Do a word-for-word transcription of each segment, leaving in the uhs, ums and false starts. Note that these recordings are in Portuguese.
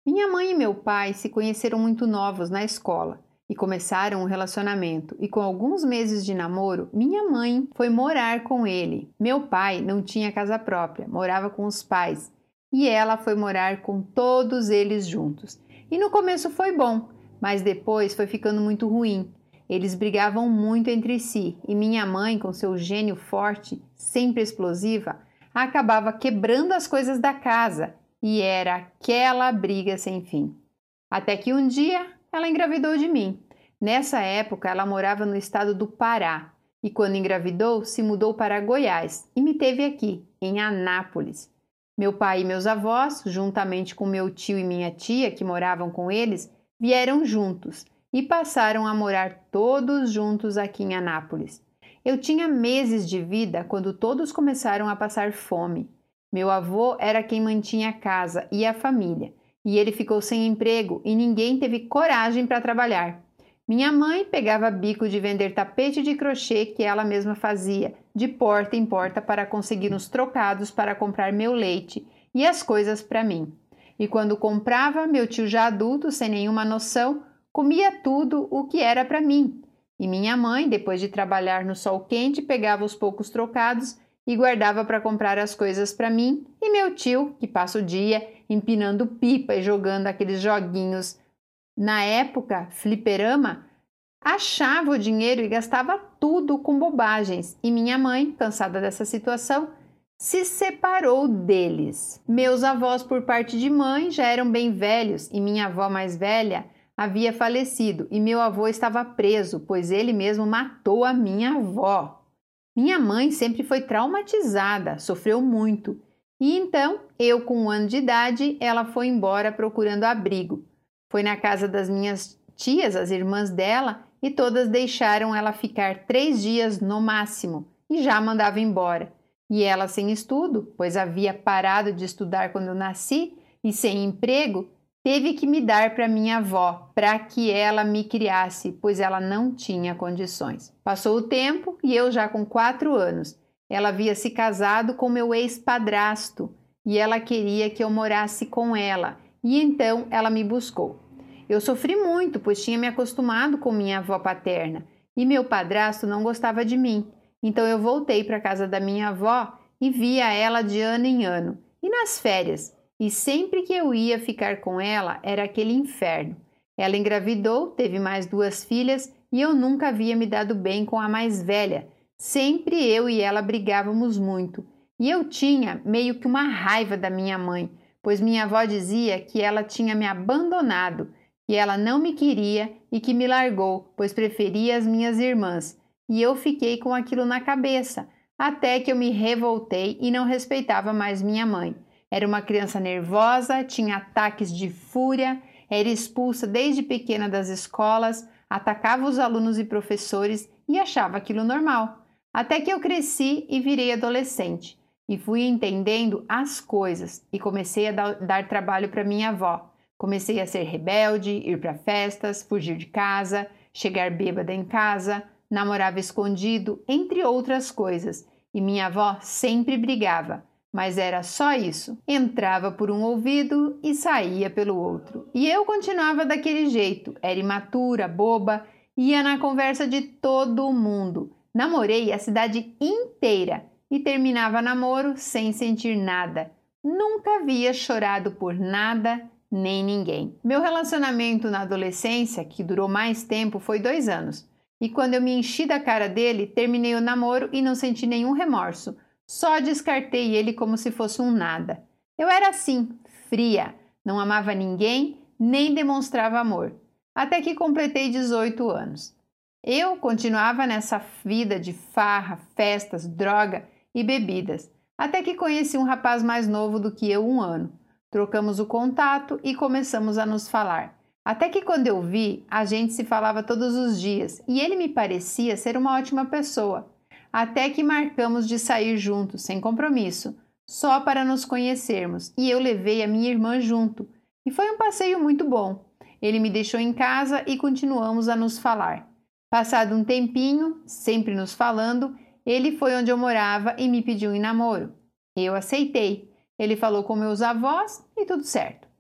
Minha mãe e meu pai se conheceram muito novos na escola e começaram um relacionamento. E com alguns meses de namoro, minha mãe foi morar com ele. Meu pai não tinha casa própria, morava com os pais e ela foi morar com todos eles juntos. E no começo foi bom, mas depois foi ficando muito ruim. Eles brigavam muito entre si e minha mãe, com seu gênio forte, sempre explosiva, acabava quebrando as coisas da casa. E era aquela briga sem fim. Até que um dia ela engravidou de mim. Nessa época ela morava no estado do Pará e quando engravidou se mudou para Goiás e me teve aqui, em Anápolis. Meu pai e meus avós, juntamente com meu tio e minha tia que moravam com eles, vieram juntos e passaram a morar todos juntos aqui em Anápolis. Eu tinha meses de vida quando todos começaram a passar fome. Meu avô era quem mantinha a casa e a família, e ele ficou sem emprego e ninguém teve coragem para trabalhar. Minha mãe pegava bico de vender tapete de crochê que ela mesma fazia, de porta em porta para conseguir uns trocados para comprar meu leite e as coisas para mim. E quando comprava, meu tio já adulto, sem nenhuma noção, comia tudo o que era para mim. E minha mãe, depois de trabalhar no sol quente, pegava os poucos trocados e guardava para comprar as coisas para mim e meu tio, que passa o dia empinando pipa e jogando aqueles joguinhos. Na época, fliperama, achava o dinheiro e gastava tudo com bobagens. E minha mãe, cansada dessa situação, se separou deles. Meus avós, por parte de mãe, já eram bem velhos e minha avó mais velha havia falecido e meu avô estava preso, pois ele mesmo matou a minha avó. Minha mãe sempre foi traumatizada, sofreu muito. E então, eu com um ano de idade, ela foi embora procurando abrigo. Foi na casa das minhas tias, as irmãs dela, e todas deixaram ela ficar três dias no máximo e já mandava embora. E ela sem estudo, pois havia parado de estudar quando eu nasci, e sem emprego, teve que me dar para minha avó, para que ela me criasse, pois ela não tinha condições. Passou o tempo e eu já com quatro anos. Ela havia se casado com meu ex-padrasto e ela queria que eu morasse com ela, e então ela me buscou. Eu sofri muito, pois tinha me acostumado com minha avó paterna, e meu padrasto não gostava de mim. Então eu voltei para a casa da minha avó e via ela de ano em ano, e nas férias. E sempre que eu ia ficar com ela, era aquele inferno. Ela engravidou, teve mais duas filhas e eu nunca havia me dado bem com a mais velha. Sempre eu e ela brigávamos muito. E eu tinha meio que uma raiva da minha mãe, pois minha avó dizia que ela tinha me abandonado, que ela não me queria e que me largou, pois preferia as minhas irmãs. E eu fiquei com aquilo na cabeça, até que eu me revoltei e não respeitava mais minha mãe. Era uma criança nervosa, tinha ataques de fúria, era expulsa desde pequena das escolas, atacava os alunos e professores e achava aquilo normal. Até que eu cresci e virei adolescente e fui entendendo as coisas e comecei a dar, dar trabalho para minha avó. Comecei a ser rebelde, ir para festas, fugir de casa, chegar bêbada em casa, namorava escondido, entre outras coisas. E minha avó sempre brigava. Mas era só isso. Entrava por um ouvido e saía pelo outro. E eu continuava daquele jeito. Era imatura, boba, ia na conversa de todo mundo. Namorei a cidade inteira e terminava namoro sem sentir nada. Nunca havia chorado por nada nem ninguém. Meu relacionamento na adolescência, que durou mais tempo, foi dois anos. E quando eu me enchi da cara dele, terminei o namoro e não senti nenhum remorso. Só descartei ele como se fosse um nada. Eu era assim, fria, não amava ninguém, nem demonstrava amor. Até que completei dezoito anos. Eu continuava nessa vida de farra, festas, droga e bebidas, até que conheci um rapaz mais novo do que eu um ano. Trocamos o contato e começamos a nos falar. Até que quando eu vi, a gente se falava todos os dias e ele me parecia ser uma ótima pessoa. Até que marcamos de sair juntos, sem compromisso, só para nos conhecermos, e eu levei a minha irmã junto. E foi um passeio muito bom. Ele me deixou em casa e continuamos a nos falar. Passado um tempinho, sempre nos falando, ele foi onde eu morava e me pediu em namoro. Eu aceitei. Ele falou com meus avós e tudo certo.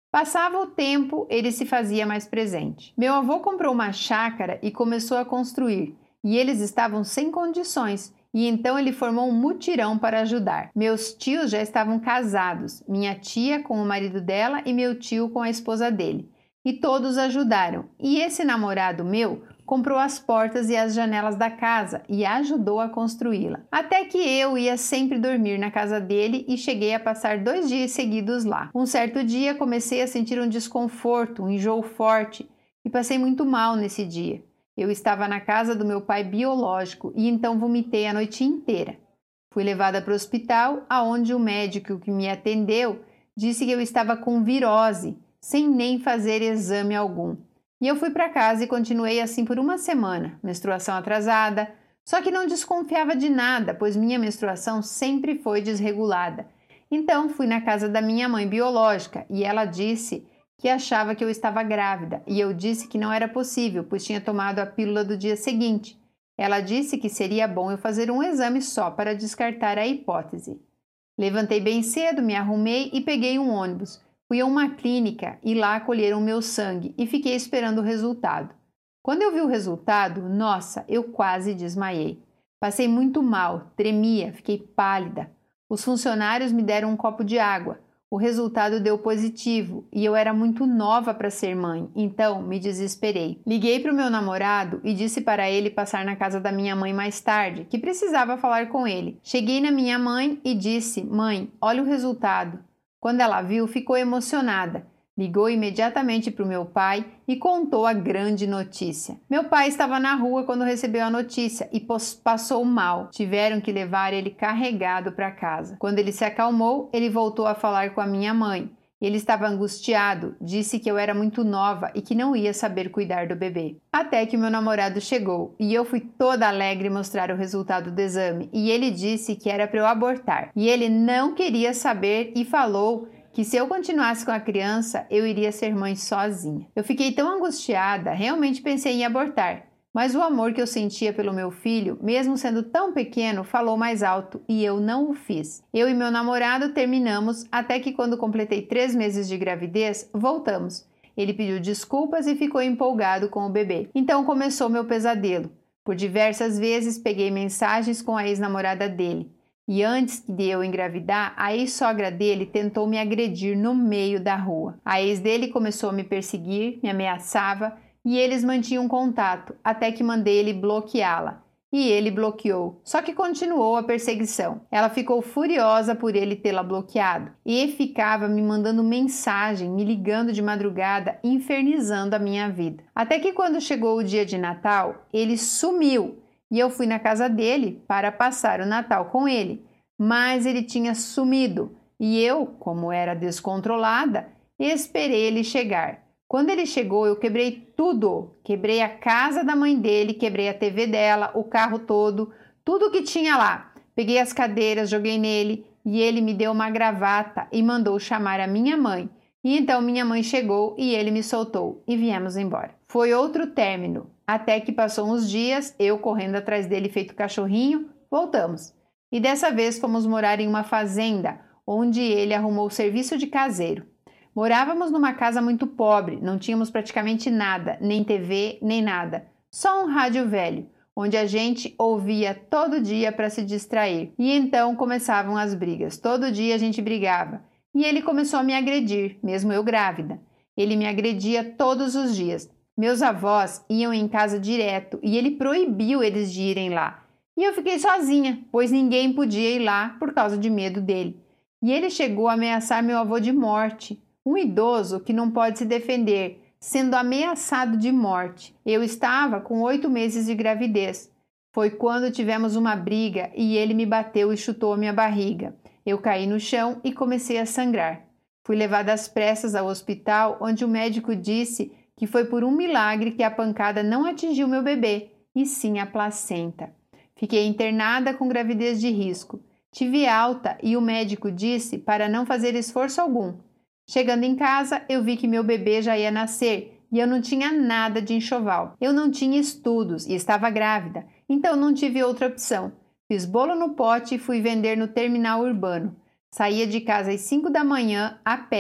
Passava o tempo, ele se fazia mais presente. Meu avô comprou uma chácara e começou a construir, e eles estavam sem condições, e então ele formou um mutirão para ajudar. Meus tios já estavam casados, minha tia com o marido dela e meu tio com a esposa dele, e todos ajudaram. E esse namorado meu comprou as portas e as janelas da casa e ajudou a construí-la. Até que eu ia sempre dormir na casa dele e cheguei a passar dois dias seguidos lá. Um certo dia comecei a sentir um desconforto, um enjoo forte e passei muito mal nesse dia. Eu estava na casa do meu pai biológico e então vomitei a noite inteira. Fui levada para o hospital, aonde o médico que me atendeu disse que eu estava com virose, sem nem fazer exame algum. E eu fui para casa e continuei assim por uma semana, menstruação atrasada, só que não desconfiava de nada, pois minha menstruação sempre foi desregulada. Então fui na casa da minha mãe biológica e ela disse que achava que eu estava grávida e eu disse que não era possível, pois tinha tomado a pílula do dia seguinte. Ela disse que seria bom eu fazer um exame só para descartar a hipótese. Levantei bem cedo, me arrumei e peguei um ônibus. Fui a uma clínica e lá colheram meu sangue e fiquei esperando o resultado. Quando eu vi o resultado, nossa, eu quase desmaiei. Passei muito mal, tremia, fiquei pálida. Os funcionários me deram um copo de água. O resultado deu positivo e eu era muito nova para ser mãe, então me desesperei. Liguei para o meu namorado e disse para ele passar na casa da minha mãe mais tarde, que precisava falar com ele. Cheguei na minha mãe e disse: "Mãe, olha o resultado." Quando ela viu, ficou emocionada. Ligou imediatamente para o meu pai e contou a grande notícia. Meu pai estava na rua quando recebeu a notícia e passou mal. Tiveram que levar ele carregado para casa. Quando ele se acalmou, ele voltou a falar com a minha mãe. Ele estava angustiado, disse que eu era muito nova e que não ia saber cuidar do bebê. Até que meu namorado chegou e eu fui toda alegre mostrar o resultado do exame e ele disse que era para eu abortar. E ele não queria saber e falou que se eu continuasse com a criança, eu iria ser mãe sozinha. Eu fiquei tão angustiada, realmente pensei em abortar. Mas o amor que eu sentia pelo meu filho, mesmo sendo tão pequeno, falou mais alto e eu não o fiz. Eu e meu namorado terminamos até que quando completei três meses de gravidez, voltamos. Ele pediu desculpas e ficou empolgado com o bebê. Então começou meu pesadelo. Por diversas vezes peguei mensagens com a ex-namorada dele. E antes de eu engravidar, a ex-sogra dele tentou me agredir no meio da rua. A ex dele começou a me perseguir, me ameaçava, e eles mantinham contato, até que mandei ele bloqueá-la. E ele bloqueou, só que continuou a perseguição. Ela ficou furiosa por ele tê-la bloqueado e ficava me mandando mensagem, me ligando de madrugada, infernizando a minha vida. Até que quando chegou o dia de Natal, ele sumiu e eu fui na casa dele para passar o Natal com ele. Mas ele tinha sumido e eu, como era descontrolada, esperei ele chegar. Quando ele chegou, eu quebrei tudo. Quebrei a casa da mãe dele, quebrei a T V dela, o carro todo, tudo que tinha lá. Peguei as cadeiras, joguei nele e ele me deu uma gravata e mandou chamar a minha mãe. E então minha mãe chegou e ele me soltou e viemos embora. Foi outro término. Até que passou uns dias, eu correndo atrás dele feito cachorrinho, voltamos. E dessa vez fomos morar em uma fazenda, onde ele arrumou serviço de caseiro. Morávamos numa casa muito pobre, não tínhamos praticamente nada, nem T V, nem nada. Só um rádio velho, onde a gente ouvia todo dia para se distrair. E então começavam as brigas. Todo dia a gente brigava. E ele começou a me agredir, mesmo eu grávida. Ele me agredia todos os dias. Meus avós iam em casa direto e ele proibiu eles de irem lá. E eu fiquei sozinha, pois ninguém podia ir lá por causa de medo dele. E ele chegou a ameaçar meu avô de morte. Um idoso que não pode se defender, sendo ameaçado de morte. Eu estava com oito meses de gravidez. Foi quando tivemos uma briga e ele me bateu e chutou a minha barriga. Eu caí no chão e comecei a sangrar. Fui levada às pressas ao hospital, onde o médico disse que foi por um milagre que a pancada não atingiu meu bebê, e sim a placenta. Fiquei internada com gravidez de risco. Tive alta e o médico disse para não fazer esforço algum. Chegando em casa, eu vi que meu bebê já ia nascer e eu não tinha nada de enxoval. Eu não tinha estudos e estava grávida, então não tive outra opção. Fiz bolo no pote e fui vender no terminal urbano. Saía de casa às cinco da manhã, a pé,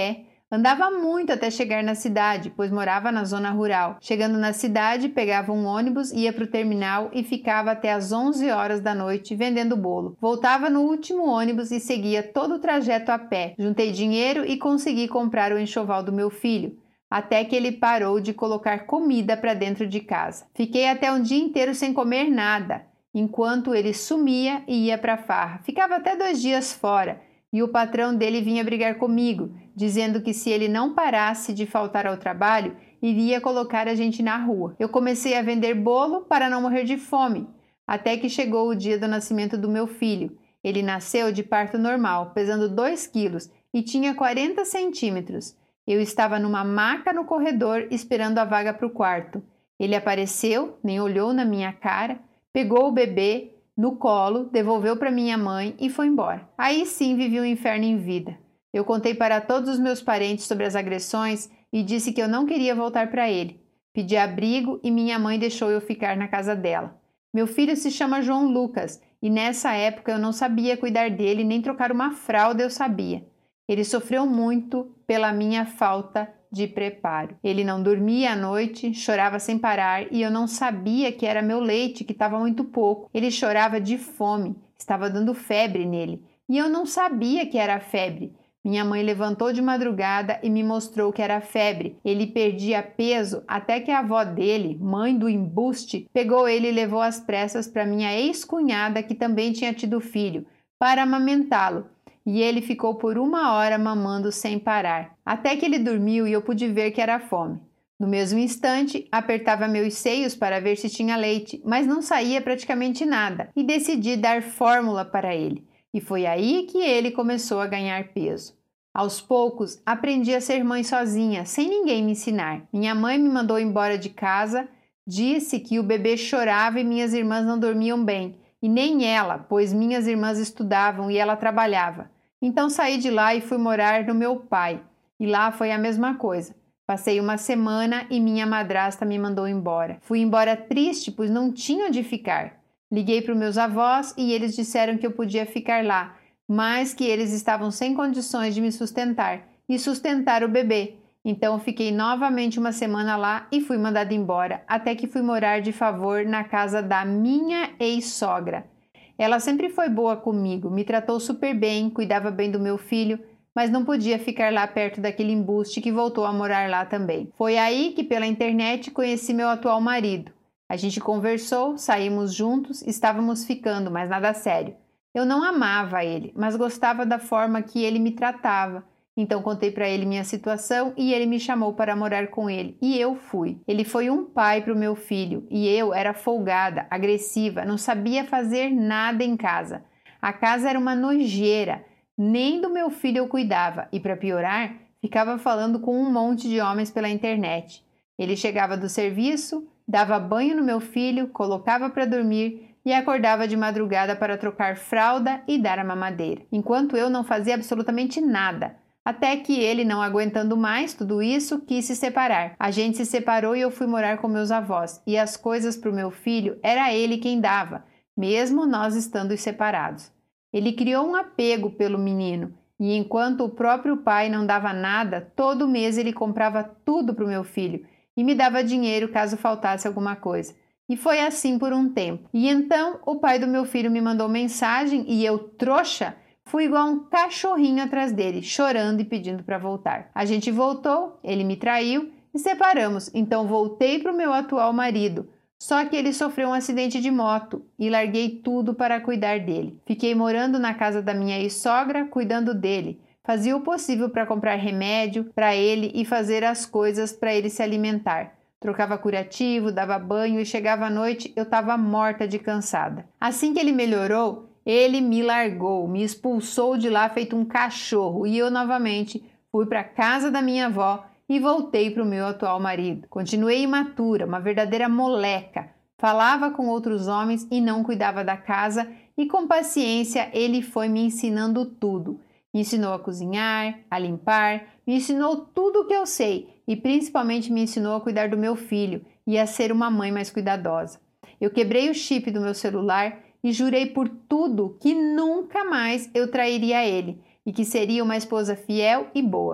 Andava muito até chegar na cidade, pois morava na zona rural. Chegando na cidade, pegava um ônibus, ia para o terminal e ficava até às onze horas da noite vendendo bolo. Voltava no último ônibus e seguia todo o trajeto a pé. Juntei dinheiro e consegui comprar o enxoval do meu filho, até que ele parou de colocar comida para dentro de casa. Fiquei até um dia inteiro sem comer nada, enquanto ele sumia e ia para a farra. Ficava até dois dias fora. E o patrão dele vinha brigar comigo, dizendo que se ele não parasse de faltar ao trabalho, iria colocar a gente na rua. Eu comecei a vender bolo para não morrer de fome, até que chegou o dia do nascimento do meu filho. Ele nasceu de parto normal, pesando dois quilos e tinha quarenta centímetros. Eu estava numa maca no corredor esperando a vaga para o quarto. Ele apareceu, nem olhou na minha cara, pegou o bebê no colo, devolveu para minha mãe e foi embora. Aí sim vivi um inferno em vida. Eu contei para todos os meus parentes sobre as agressões e disse que eu não queria voltar para ele. Pedi abrigo e minha mãe deixou eu ficar na casa dela. Meu filho se chama João Lucas e nessa época eu não sabia cuidar dele, nem trocar uma fralda eu sabia. Ele sofreu muito pela minha falta de preparo. Ele não dormia à noite, chorava sem parar e eu não sabia que era meu leite, que estava muito pouco. Ele chorava de fome, estava dando febre nele e eu não sabia que era febre. Minha mãe levantou de madrugada e me mostrou que era febre. Ele perdia peso até que a avó dele, mãe do embuste, pegou ele e levou às pressas para minha ex-cunhada, que também tinha tido filho, para amamentá-lo. E ele ficou por uma hora mamando sem parar, até que ele dormiu e eu pude ver que era fome. No mesmo instante, apertava meus seios para ver se tinha leite, mas não saía praticamente nada, e decidi dar fórmula para ele. E foi aí que ele começou a ganhar peso. Aos poucos, aprendi a ser mãe sozinha, sem ninguém me ensinar. Minha mãe me mandou embora de casa, disse que o bebê chorava e minhas irmãs não dormiam bem, e nem ela, pois minhas irmãs estudavam e ela trabalhava. Então saí de lá e fui morar no meu pai, e lá foi a mesma coisa. Passei uma semana e minha madrasta me mandou embora. Fui embora triste, pois não tinha onde ficar. Liguei para os meus avós e eles disseram que eu podia ficar lá, mas que eles estavam sem condições de me sustentar e sustentar o bebê. Então fiquei novamente uma semana lá e fui mandada embora, até que fui morar de favor na casa da minha ex-sogra. Ela sempre foi boa comigo, me tratou super bem, cuidava bem do meu filho, mas não podia ficar lá perto daquele embuste que voltou a morar lá também. Foi aí que pela internet conheci meu atual marido. A gente conversou, saímos juntos, estávamos ficando, mas nada sério. Eu não amava ele, mas gostava da forma que ele me tratava. Então contei para ele minha situação e ele me chamou para morar com ele e eu fui. Ele foi um pai para o meu filho e eu era folgada, agressiva, não sabia fazer nada em casa. A casa era uma nojeira, nem do meu filho eu cuidava e para piorar, ficava falando com um monte de homens pela internet. Ele chegava do serviço, dava banho no meu filho, colocava para dormir e acordava de madrugada para trocar fralda e dar a mamadeira, enquanto eu não fazia absolutamente nada. Até que ele, não aguentando mais tudo isso, quis se separar. A gente se separou e eu fui morar com meus avós. E as coisas para o meu filho era ele quem dava, mesmo nós estando separados. Ele criou um apego pelo menino. E enquanto o próprio pai não dava nada, todo mês ele comprava tudo para o meu filho. E me dava dinheiro caso faltasse alguma coisa. E foi assim por um tempo. E então o pai do meu filho me mandou mensagem e eu, trouxa, fui igual um cachorrinho atrás dele, chorando e pedindo para voltar. A gente voltou, ele me traiu e separamos, então voltei para o meu atual marido. Só que ele sofreu um acidente de moto e larguei tudo para cuidar dele. Fiquei morando na casa da minha ex-sogra, cuidando dele. Fazia o possível para comprar remédio para ele e fazer as coisas para ele se alimentar. Trocava curativo, dava banho e chegava à noite, eu estava morta de cansada. Assim que ele melhorou, ele me largou, me expulsou de lá feito um cachorro e eu novamente fui para a casa da minha avó e voltei para o meu atual marido. Continuei imatura, uma verdadeira moleca. Falava com outros homens e não cuidava da casa e com paciência ele foi me ensinando tudo. Me ensinou a cozinhar, a limpar, me ensinou tudo o que eu sei e principalmente me ensinou a cuidar do meu filho e a ser uma mãe mais cuidadosa. Eu quebrei o chip do meu celular e jurei por tudo que nunca mais eu trairia ele e que seria uma esposa fiel e boa.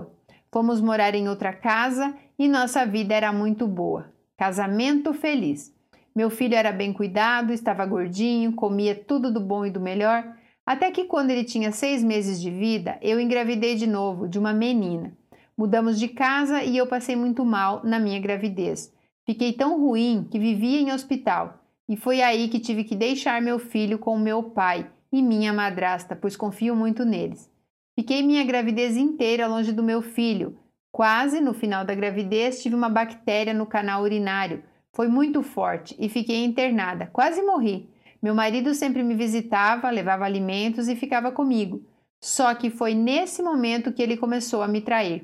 Fomos morar em outra casa e nossa vida era muito boa. Casamento feliz. Meu filho era bem cuidado, estava gordinho, comia tudo do bom e do melhor, até que quando ele tinha seis meses de vida, eu engravidei de novo, de uma menina. Mudamos de casa e eu passei muito mal na minha gravidez. Fiquei tão ruim que vivia em hospital. E foi aí que tive que deixar meu filho com meu pai e minha madrasta, pois confio muito neles. Fiquei minha gravidez inteira longe do meu filho. Quase no final da gravidez tive uma bactéria no canal urinário. Foi muito forte e fiquei internada. Quase morri. Meu marido sempre me visitava, levava alimentos e ficava comigo. Só que foi nesse momento que ele começou a me trair.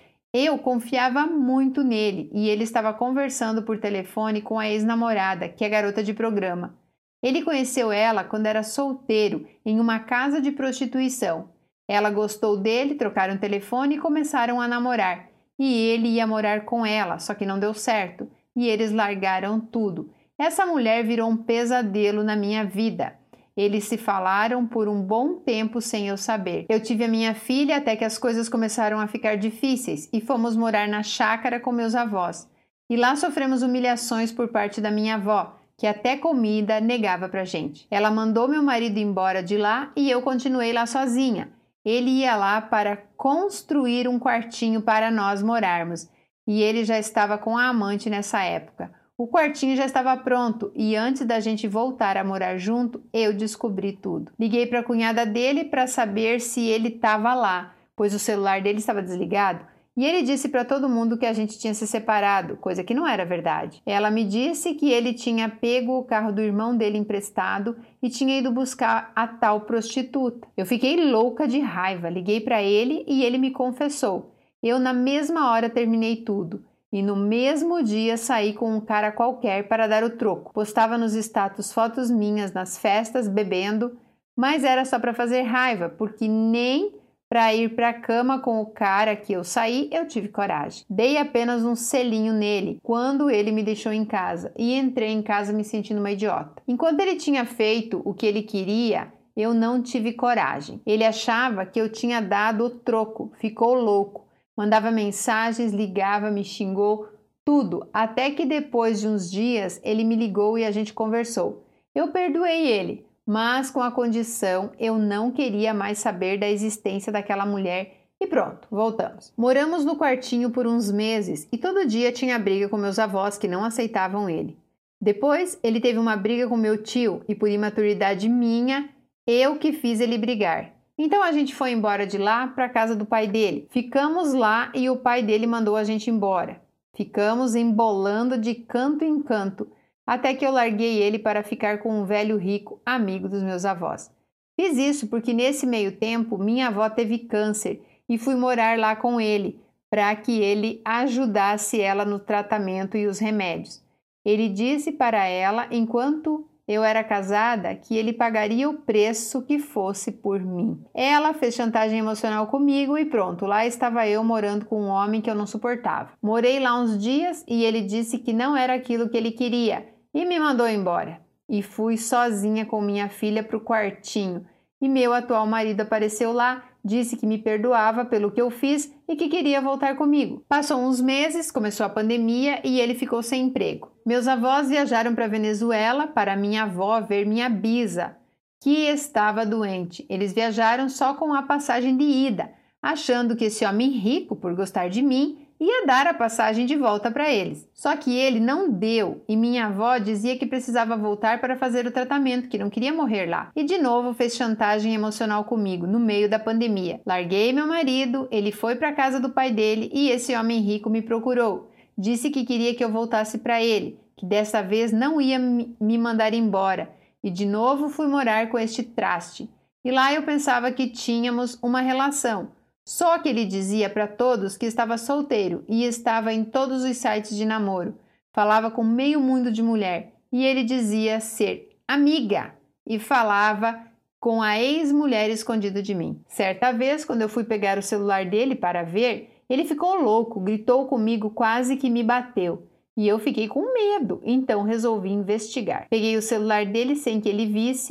Eu confiava muito nele e ele estava conversando por telefone com a ex-namorada, que é garota de programa. Ele conheceu ela quando era solteiro, em uma casa de prostituição. Ela gostou dele, trocaram telefone e começaram a namorar. E ele ia morar com ela, só que não deu certo. E eles largaram tudo. Essa mulher virou um pesadelo na minha vida. Eles se falaram por um bom tempo sem eu saber. Eu tive a minha filha até que as coisas começaram a ficar difíceis e fomos morar na chácara com meus avós. E lá sofremos humilhações por parte da minha avó, que até comida negava pra gente. Ela mandou meu marido embora de lá e eu continuei lá sozinha. Ele ia lá para construir um quartinho para nós morarmos e ele já estava com a amante nessa época. O quartinho já estava pronto e antes da gente voltar a morar junto, eu descobri tudo. Liguei para a cunhada dele para saber se ele estava lá, pois o celular dele estava desligado. E ele disse para todo mundo que a gente tinha se separado, coisa que não era verdade. Ela me disse que ele tinha pego o carro do irmão dele emprestado e tinha ido buscar a tal prostituta. Eu fiquei louca de raiva, liguei para ele e ele me confessou. Eu na mesma hora terminei tudo. E no mesmo dia saí com um cara qualquer para dar o troco. Postava nos status fotos minhas nas festas, bebendo, mas era só para fazer raiva, porque nem para ir para a cama com o cara que eu saí, eu tive coragem. Dei apenas um selinho nele quando ele me deixou em casa e entrei em casa me sentindo uma idiota. Enquanto ele tinha feito o que ele queria, eu não tive coragem. Ele achava que eu tinha dado o troco, ficou louco. Mandava mensagens, ligava, me xingou, tudo, até que depois de uns dias ele me ligou e a gente conversou. Eu perdoei ele, mas com a condição eu não queria mais saber da existência daquela mulher e pronto, voltamos. Moramos no quartinho por uns meses e todo dia tinha briga com meus avós que não aceitavam ele. Depois ele teve uma briga com meu tio e por imaturidade minha, eu que fiz ele brigar. Então a gente foi embora de lá para a casa do pai dele. Ficamos lá e o pai dele mandou a gente embora. Ficamos embolando de canto em canto, até que eu larguei ele para ficar com um velho rico, amigo dos meus avós. Fiz isso porque nesse meio tempo minha avó teve câncer e fui morar lá com ele, para que ele ajudasse ela no tratamento e os remédios. Ele disse para ela, enquanto eu era casada, que ele pagaria o preço que fosse por mim. Ela fez chantagem emocional comigo e pronto, lá estava eu morando com um homem que eu não suportava. Morei lá uns dias e ele disse que não era aquilo que ele queria e me mandou embora. E fui sozinha com minha filha para o quartinho. E meu atual marido apareceu lá, disse que me perdoava pelo que eu fiz e que queria voltar comigo. Passou uns meses, começou a pandemia e ele ficou sem emprego. Meus avós viajaram para Venezuela para minha avó ver minha bisa, que estava doente. Eles viajaram só com a passagem de ida, achando que esse homem rico, por gostar de mim, ia dar a passagem de volta para eles. Só que ele não deu e minha avó dizia que precisava voltar para fazer o tratamento, que não queria morrer lá. E de novo fez chantagem emocional comigo, no meio da pandemia. Larguei meu marido, ele foi para a casa do pai dele e esse homem rico me procurou. Disse que queria que eu voltasse para ele, que dessa vez não ia me mandar embora. E de novo fui morar com este traste. E lá eu pensava que tínhamos uma relação. Só que ele dizia para todos que estava solteiro e estava em todos os sites de namoro. Falava com meio mundo de mulher e ele dizia ser amiga e falava com a ex-mulher escondido de mim. Certa vez, quando eu fui pegar o celular dele para ver, ele ficou louco, gritou comigo, quase que me bateu. E eu fiquei com medo, então resolvi investigar. Peguei o celular dele sem que ele visse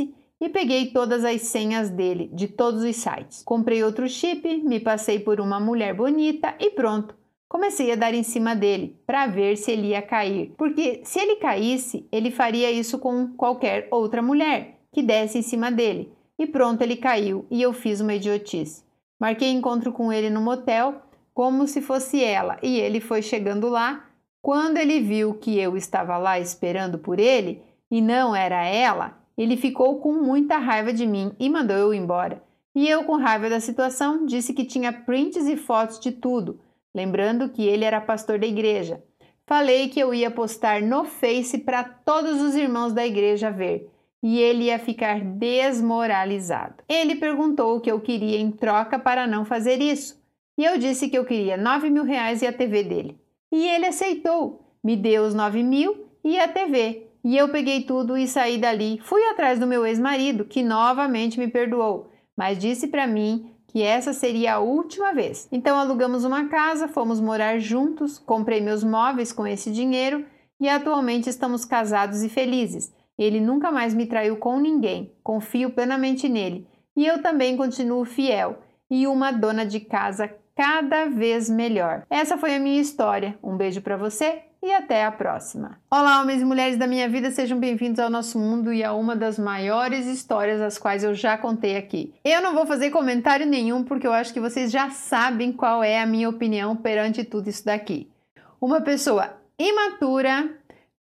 e peguei todas as senhas dele, de todos os sites. Comprei outro chip, me passei por uma mulher bonita e pronto. Comecei a dar em cima dele, para ver se ele ia cair. Porque se ele caísse, ele faria isso com qualquer outra mulher que desse em cima dele. E pronto, ele caiu e eu fiz uma idiotice. Marquei encontro com ele no motel, como se fosse ela, e ele foi chegando lá. Quando ele viu que eu estava lá esperando por ele, e não era ela, ele ficou com muita raiva de mim e mandou eu embora. E eu, com raiva da situação, disse que tinha prints e fotos de tudo, lembrando que ele era pastor da igreja. Falei que eu ia postar no Face para todos os irmãos da igreja ver, e ele ia ficar desmoralizado. Ele perguntou o que eu queria em troca para não fazer isso, e eu disse que eu queria nove mil reais e a T V dele. E ele aceitou, me deu os nove mil e a T V. E eu peguei tudo e saí dali. Fui atrás do meu ex-marido, que novamente me perdoou, mas disse para mim que essa seria a última vez. Então alugamos uma casa, fomos morar juntos, comprei meus móveis com esse dinheiro e atualmente estamos casados e felizes. Ele nunca mais me traiu com ninguém, confio plenamente nele. E eu também continuo fiel e uma dona de casa cada vez melhor. Essa foi a minha história. Um beijo para você e até a próxima. Olá, homens e mulheres da minha vida, sejam bem-vindos ao nosso mundo e a uma das maiores histórias as quais eu já contei aqui. Eu não vou fazer comentário nenhum porque eu acho que vocês já sabem qual é a minha opinião perante tudo isso daqui. Uma pessoa imatura,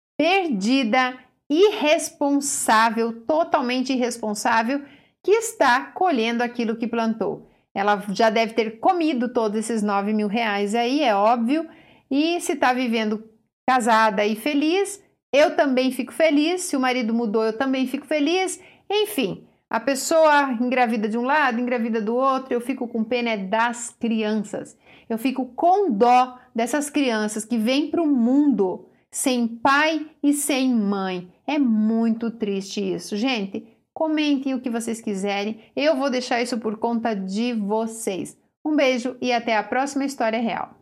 perdida, irresponsável, totalmente irresponsável, que está colhendo aquilo que plantou. Ela já deve ter comido todos esses nove mil reais aí, é óbvio, e se está vivendo casada e feliz, eu também fico feliz. Se o marido mudou, eu também fico feliz. Enfim, a pessoa engravida de um lado, engravida do outro, eu fico com pena das crianças. Eu fico com dó dessas crianças que vêm para o mundo sem pai e sem mãe. É muito triste isso, gente. Comentem o que vocês quiserem, eu vou deixar isso por conta de vocês. Um beijo e até a próxima história real.